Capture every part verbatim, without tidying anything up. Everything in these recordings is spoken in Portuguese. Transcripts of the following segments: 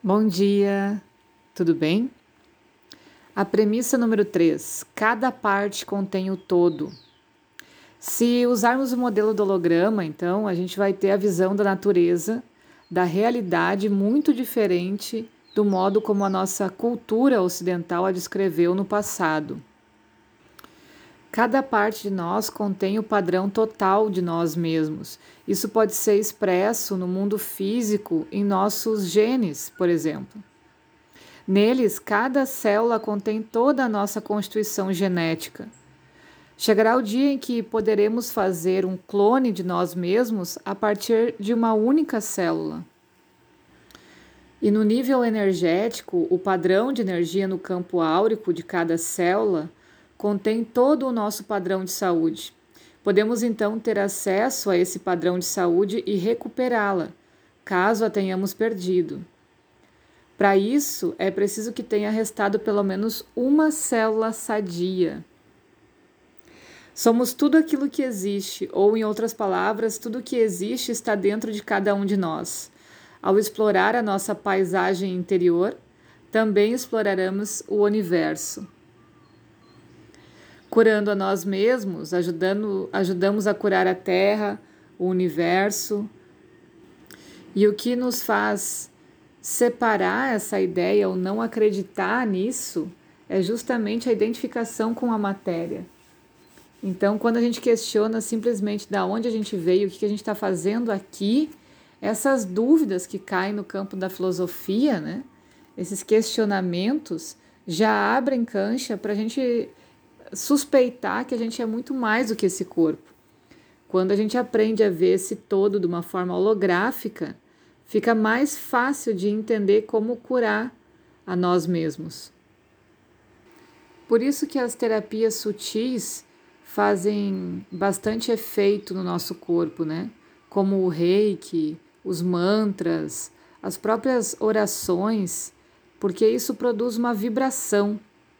Bom dia, tudo bem? A premissa número três: cada parte contém o todo. Se usarmos o modelo do holograma, então, a gente vai ter a visão da natureza, da realidade muito diferente do modo como a nossa cultura ocidental a descreveu no passado. Cada parte de nós contém o padrão total de nós mesmos. Isso pode ser expresso no mundo físico em nossos genes, por exemplo. Neles, cada célula contém toda a nossa constituição genética. Chegará o dia em que poderemos fazer um clone de nós mesmos a partir de uma única célula. E no nível energético, o padrão de energia no campo áurico de cada célula contém todo o nosso padrão de saúde. Podemos então ter acesso a esse padrão de saúde e recuperá-la, caso a tenhamos perdido. Para isso, é preciso que tenha restado pelo menos uma célula sadia. Somos tudo aquilo que existe, ou em outras palavras, tudo que existe está dentro de cada um de nós. Ao explorar a nossa paisagem interior, também exploraremos o universo. Curando a nós mesmos, ajudando, ajudamos a curar a Terra, o universo. E o que nos faz separar essa ideia ou não acreditar nisso é justamente a identificação com a matéria. Então, quando a gente questiona simplesmente de onde a gente veio, o que a gente está fazendo aqui, essas dúvidas que caem no campo da filosofia, né? Esses questionamentos já abrem cancha para a gente suspeitar que a gente é muito mais do que esse corpo. Quando a gente aprende a ver esse todo de uma forma holográfica, fica mais fácil de entender como curar a nós mesmos. Por isso que as terapias sutis fazem bastante efeito no nosso corpo, né? Como o reiki, os mantras, as próprias orações, porque isso produz uma vibração.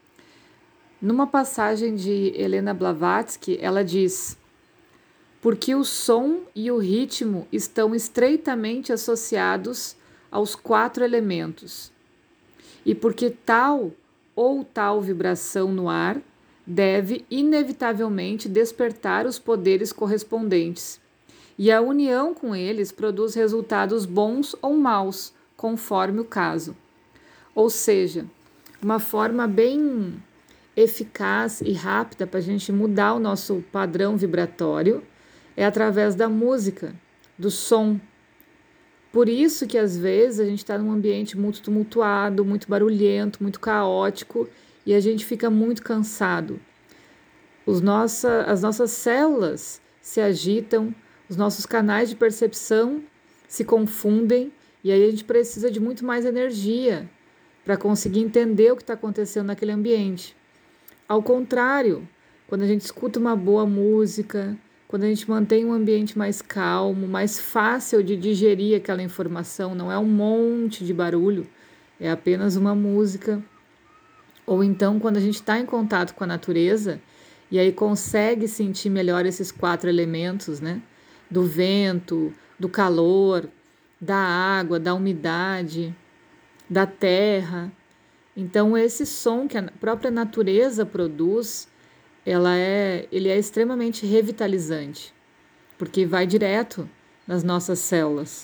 Numa passagem de Helena Blavatsky, ela diz: porque o som e o ritmo estão estreitamente associados aos quatro elementos, e porque tal ou tal vibração no ar deve inevitavelmente despertar os poderes correspondentes, e a união com eles produz resultados bons ou maus, conforme o caso. Ou seja, uma forma bem eficaz e rápida para a gente mudar o nosso padrão vibratório é através da música, do som. Por isso que às vezes a gente está num ambiente muito tumultuado, muito barulhento, muito caótico e a gente fica muito cansado. Os nossa, as nossas células se agitam, os nossos canais de percepção se confundem e aí a gente precisa de muito mais energia para conseguir entender o que está acontecendo naquele ambiente. Ao contrário, quando a gente escuta uma boa música, quando a gente mantém um ambiente mais calmo, mais fácil de digerir aquela informação, não é um monte de barulho, é apenas uma música. Ou então, quando a gente está em contato com a natureza e aí consegue sentir melhor esses quatro elementos, né? Do vento, do calor, da água, da umidade, da terra. Então, esse som que a própria natureza produz, ela é, ele é extremamente revitalizante, porque vai direto nas nossas células.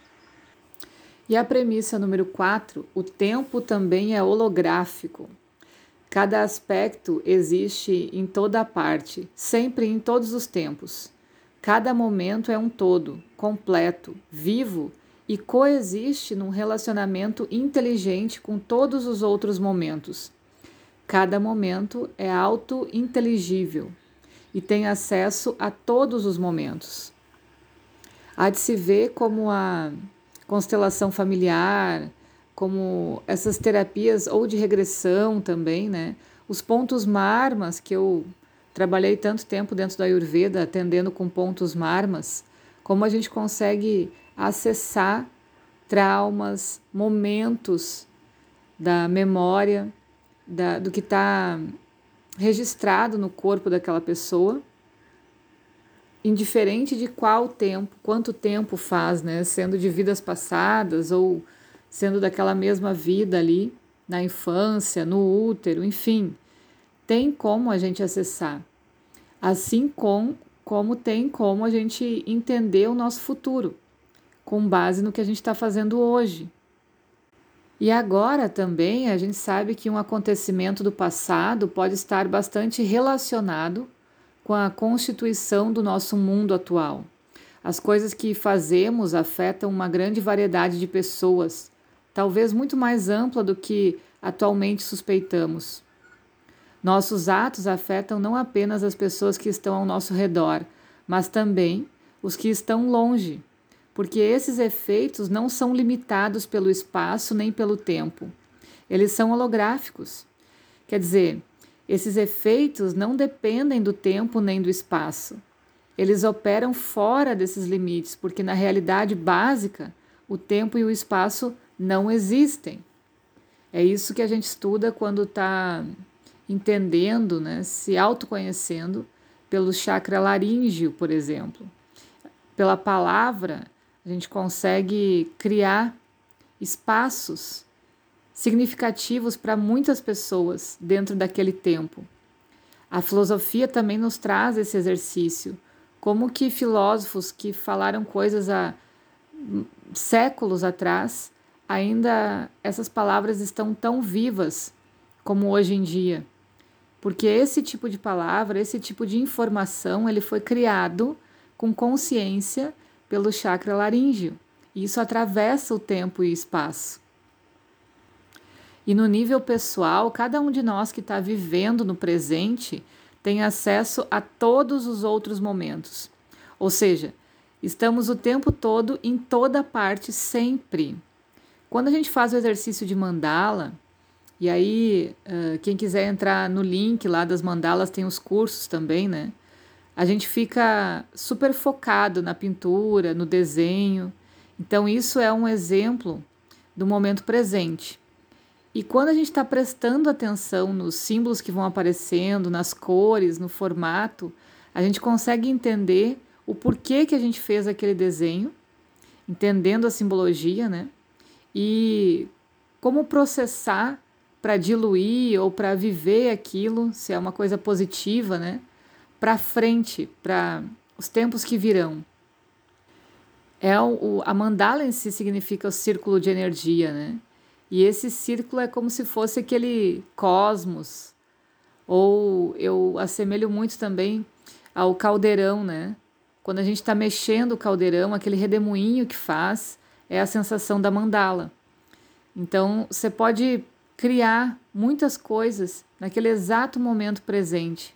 E a premissa número quatro, o tempo também é holográfico. Cada aspecto existe em toda parte, sempre em todos os tempos. Cada momento é um todo, completo, vivo e coexiste num relacionamento inteligente com todos os outros momentos. Cada momento é auto-inteligível e tem acesso a todos os momentos. Há de se ver como a constelação familiar, como essas terapias ou de regressão também, né? Os pontos marmas, que eu trabalhei tanto tempo dentro da Ayurveda, atendendo com pontos marmas, como a gente consegue acessar traumas, momentos da memória, da, do que está registrado no corpo daquela pessoa, indiferente de qual tempo, quanto tempo faz, né? Sendo de vidas passadas ou sendo daquela mesma vida ali, na infância, no útero, enfim, tem como a gente acessar. Assim com, como tem como a gente entender o nosso futuro, com base no que a gente está fazendo hoje. E agora também a gente sabe que um acontecimento do passado pode estar bastante relacionado com a constituição do nosso mundo atual. As coisas que fazemos afetam uma grande variedade de pessoas, talvez muito mais ampla do que atualmente suspeitamos. Nossos atos afetam não apenas as pessoas que estão ao nosso redor, mas também os que estão longe, porque esses efeitos não são limitados pelo espaço nem pelo tempo. Eles são holográficos. Quer dizer, esses efeitos não dependem do tempo nem do espaço. Eles operam fora desses limites, porque na realidade básica, o tempo e o espaço não existem. É isso que a gente estuda quando está entendendo, né, se autoconhecendo pelo chakra laríngeo, por exemplo. Pela palavra, a gente consegue criar espaços significativos para muitas pessoas dentro daquele tempo. A filosofia também nos traz esse exercício, como que filósofos que falaram coisas há séculos atrás, ainda essas palavras estão tão vivas como hoje em dia. Porque esse tipo de palavra, esse tipo de informação, ele foi criado com consciência pelo chakra laríngeo. E isso atravessa o tempo e espaço. E no nível pessoal, cada um de nós que está vivendo no presente tem acesso a todos os outros momentos. Ou seja, estamos o tempo todo em toda parte, sempre. Quando a gente faz o exercício de mandala, e aí quem quiser entrar no link lá das mandalas, tem os cursos também, né? A gente fica super focado na pintura, no desenho. Então isso é um exemplo do momento presente. E quando a gente está prestando atenção nos símbolos que vão aparecendo, nas cores, no formato, a gente consegue entender o porquê que a gente fez aquele desenho, entendendo a simbologia, né? E como processar para diluir ou para viver aquilo, se é uma coisa positiva, né? Para frente, para os tempos que virão. É o, a mandala em si significa o círculo de energia, né? E esse círculo é como se fosse aquele cosmos, ou eu assemelho muito também ao caldeirão, né? Quando a gente está mexendo o caldeirão, aquele redemoinho que faz é a sensação da mandala. Então, você pode criar muitas coisas naquele exato momento presente.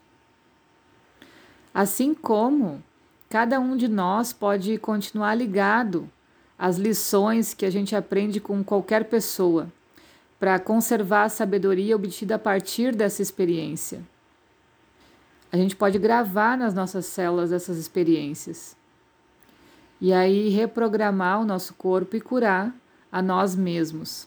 Assim como cada um de nós pode continuar ligado às lições que a gente aprende com qualquer pessoa, para conservar a sabedoria obtida a partir dessa experiência. A gente pode gravar nas nossas células essas experiências. E aí reprogramar o nosso corpo e curar a nós mesmos.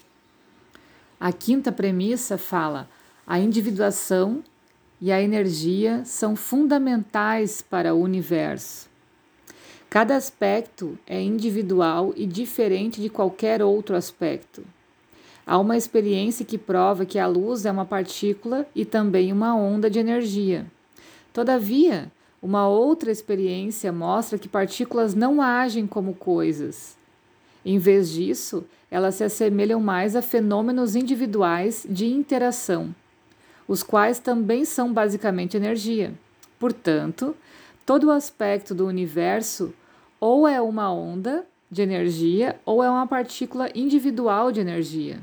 A quinta premissa fala: a individuação e a energia são fundamentais para o universo. Cada aspecto é individual e diferente de qualquer outro aspecto. Há uma experiência que prova que a luz é uma partícula e também uma onda de energia. Todavia, uma outra experiência mostra que partículas não agem como coisas. Em vez disso, elas se assemelham mais a fenômenos individuais de interação, os quais também são basicamente energia. Portanto, todo aspecto do universo ou é uma onda de energia ou é uma partícula individual de energia.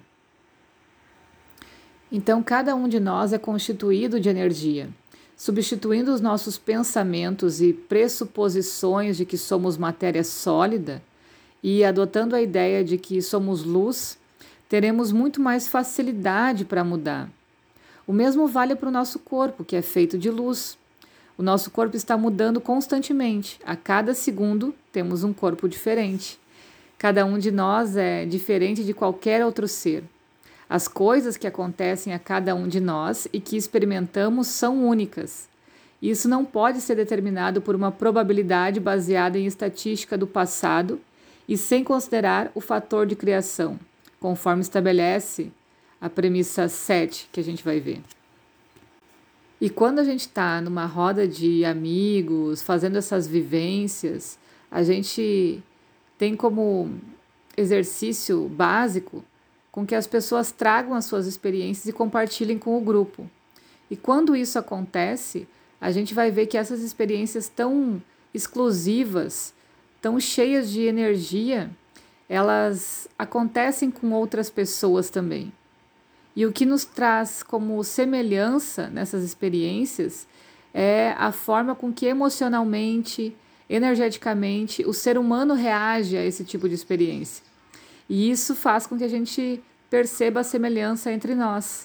Então, cada um de nós é constituído de energia. Substituindo os nossos pensamentos e pressuposições de que somos matéria sólida e adotando a ideia de que somos luz, teremos muito mais facilidade para mudar. O mesmo vale para o nosso corpo, que é feito de luz. O nosso corpo está mudando constantemente. A cada segundo temos um corpo diferente. Cada um de nós é diferente de qualquer outro ser. As coisas que acontecem a cada um de nós e que experimentamos são únicas. Isso não pode ser determinado por uma probabilidade baseada em estatística do passado e sem considerar o fator de criação. conforme estabelece a premissa sete que a gente vai ver. E quando a gente está numa roda de amigos, fazendo essas vivências, a gente tem como exercício básico com que as pessoas tragam as suas experiências e compartilhem com o grupo. E quando isso acontece, a gente vai ver que essas experiências tão exclusivas, tão cheias de energia, elas acontecem com outras pessoas também. E o que nos traz como semelhança nessas experiências é a forma com que emocionalmente, energeticamente, o ser humano reage a esse tipo de experiência. E isso faz com que a gente perceba a semelhança entre nós.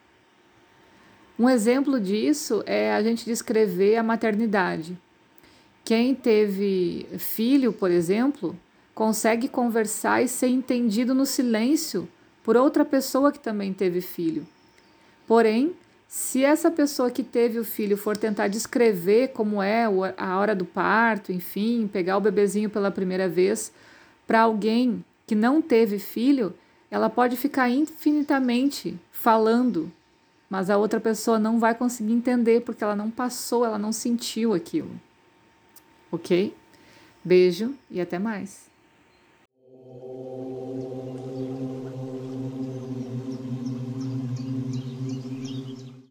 Um exemplo disso é a gente descrever a maternidade. Quem teve filho, por exemplo, consegue conversar e ser entendido no silêncio por outra pessoa que também teve filho. Porém, se essa pessoa que teve o filho for tentar descrever como é a hora do parto, enfim, pegar o bebezinho pela primeira vez, para alguém que não teve filho, ela pode ficar infinitamente falando, mas a outra pessoa não vai conseguir entender porque ela não passou, ela não sentiu aquilo. Ok? Beijo e até mais.